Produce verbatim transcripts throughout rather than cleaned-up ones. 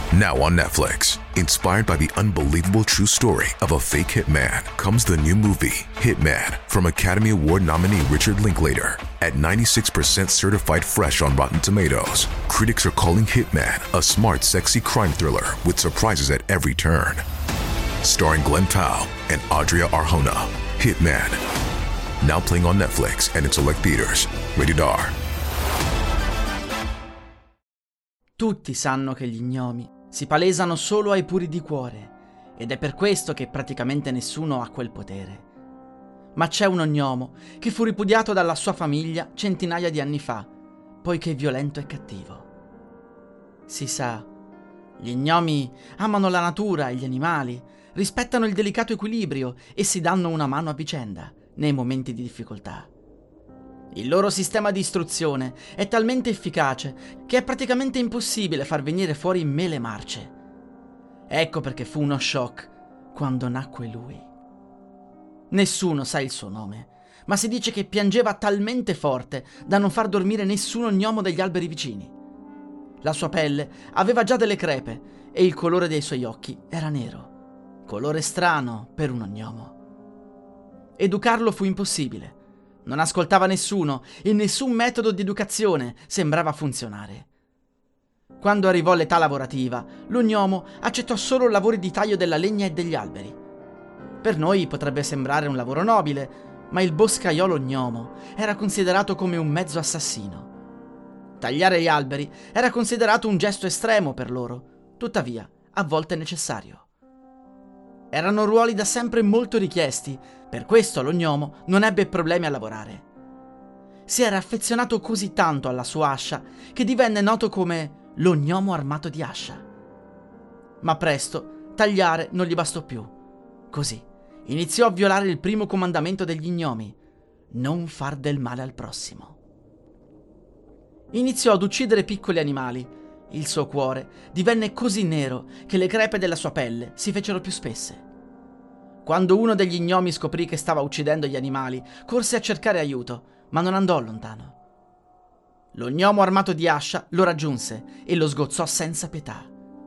Now on Netflix, inspired by the unbelievable true story of a fake hitman, comes the new movie, Hitman, from Academy Award nominee Richard Linklater. At ninety-six percent certified fresh on Rotten Tomatoes, critics are calling Hitman a smart, sexy crime thriller with surprises at every turn. Starring Glenn Powell and Adria Arjona, Hitman. Now playing on Netflix and in select theaters. Rated R. Tutti sanno che gli gnomi si palesano solo ai puri di cuore, ed è per questo che praticamente nessuno ha quel potere. Ma c'è un gnomo che fu ripudiato dalla sua famiglia centinaia di anni fa, poiché violento e cattivo. Si sa, gli gnomi amano la natura e gli animali, rispettano il delicato equilibrio e si danno una mano a vicenda nei momenti di difficoltà. Il loro sistema di istruzione è talmente efficace che è praticamente impossibile far venire fuori mele marce. Ecco perché fu uno shock quando nacque lui. Nessuno sa il suo nome, ma si dice che piangeva talmente forte da non far dormire nessuno gnomo degli alberi vicini. La sua pelle aveva già delle crepe e il colore dei suoi occhi era nero, colore strano per uno gnomo. Educarlo fu impossibile. Non ascoltava nessuno e nessun metodo di educazione sembrava funzionare. Quando arrivò l'età lavorativa, lo gnomo accettò solo lavori di taglio della legna e degli alberi. Per noi potrebbe sembrare un lavoro nobile, ma il boscaiolo gnomo era considerato come un mezzo assassino. Tagliare gli alberi era considerato un gesto estremo per loro, tuttavia a volte necessario. Erano ruoli da sempre molto richiesti, per questo lo gnomo non ebbe problemi a lavorare. Si era affezionato così tanto alla sua ascia che divenne noto come lo gnomo armato di ascia. Ma presto tagliare non gli bastò più. Così iniziò a violare il primo comandamento degli gnomi: non far del male al prossimo. Iniziò ad uccidere piccoli animali. Il suo cuore divenne così nero che le crepe della sua pelle si fecero più spesse. Quando uno degli gnomi scoprì che stava uccidendo gli animali, corse a cercare aiuto, ma non andò lontano. Lo gnomo armato di ascia lo raggiunse e lo sgozzò senza pietà.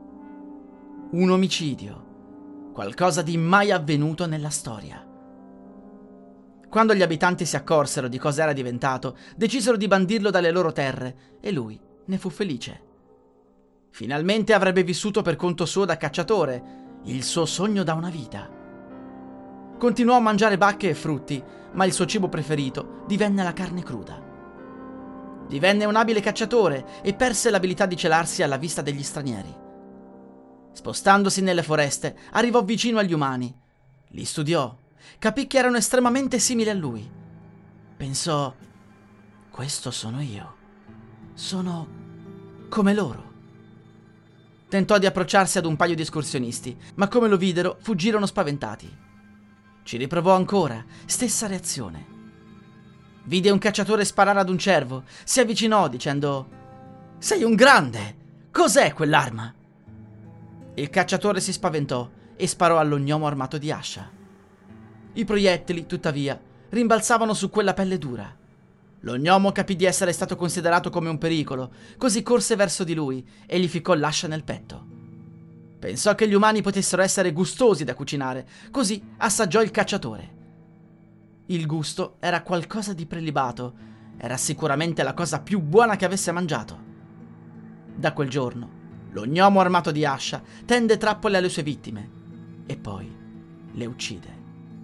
Un omicidio, qualcosa di mai avvenuto nella storia. Quando gli abitanti si accorsero di cosa era diventato, decisero di bandirlo dalle loro terre e lui ne fu felice. Finalmente avrebbe vissuto per conto suo da cacciatore, il suo sogno da una vita. Continuò a mangiare bacche e frutti, ma il suo cibo preferito divenne la carne cruda. Divenne un abile cacciatore e perse l'abilità di celarsi alla vista degli stranieri. Spostandosi nelle foreste, arrivò vicino agli umani. Li studiò, capì che erano estremamente simili a lui. Pensò: questo sono io. Sono come loro. Tentò di approcciarsi ad un paio di escursionisti, ma come lo videro fuggirono spaventati. Ci riprovò ancora, stessa reazione. Vide un cacciatore sparare ad un cervo, si avvicinò dicendo: sei un grande! Cos'è quell'arma? Il cacciatore si spaventò e sparò allo gnomo armato di ascia. I proiettili, tuttavia, rimbalzavano su quella pelle dura. Lo gnomo capì di essere stato considerato come un pericolo, così corse verso di lui e gli ficcò l'ascia nel petto. Pensò che gli umani potessero essere gustosi da cucinare, così assaggiò il cacciatore. Il gusto era qualcosa di prelibato, era sicuramente la cosa più buona che avesse mangiato. Da quel giorno, lo gnomo armato di ascia tende trappole alle sue vittime e poi le uccide.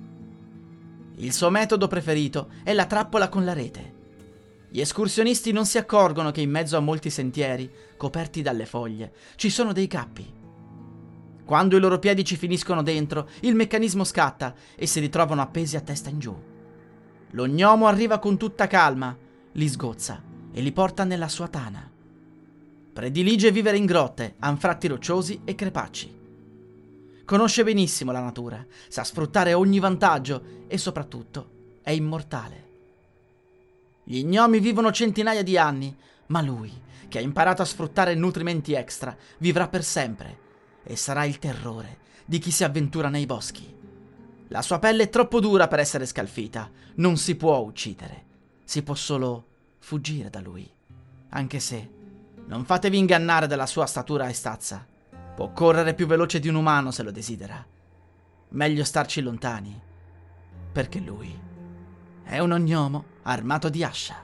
Il suo metodo preferito è la trappola con la rete. Gli escursionisti non si accorgono che in mezzo a molti sentieri, coperti dalle foglie, ci sono dei cappi. Quando i loro piedi ci finiscono dentro, il meccanismo scatta e si ritrovano appesi a testa in giù. Lo gnomo arriva con tutta calma, li sgozza e li porta nella sua tana. Predilige vivere in grotte, anfratti rocciosi e crepacci. Conosce benissimo la natura, sa sfruttare ogni vantaggio e soprattutto è immortale. Gli gnomi vivono centinaia di anni, ma lui, che ha imparato a sfruttare nutrimenti extra, vivrà per sempre e sarà il terrore di chi si avventura nei boschi. La sua pelle è troppo dura per essere scalfita, non si può uccidere, si può solo fuggire da lui, anche se non fatevi ingannare dalla sua statura e stazza. Può correre più veloce di un umano se lo desidera. Meglio starci lontani, perché lui è un ognomo armato di ascia.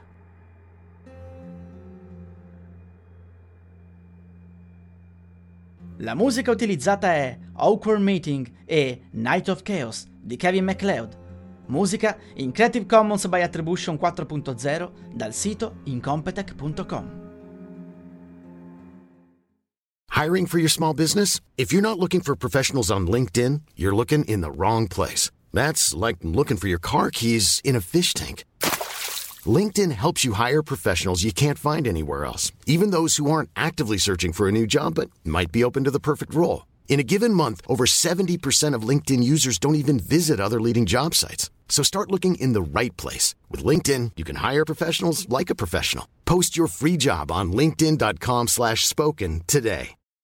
La musica utilizzata è Awkward Meeting e Night of Chaos di Kevin MacLeod. Musica in Creative Commons by Attribution quattro punto zero dal sito incompetech punto com. Hiring for your small business? If you're not looking for professionals on LinkedIn, you're looking in the wrong place. That's like looking for your car keys in a fish tank. LinkedIn helps you hire professionals you can't find anywhere else, even those who aren't actively searching for a new job but might be open to the perfect role. In a given month, over seventy percent of LinkedIn users don't even visit other leading job sites. So start looking in the right place. With LinkedIn, you can hire professionals like a professional. Post your free job on linkedin dot com slash spoken today.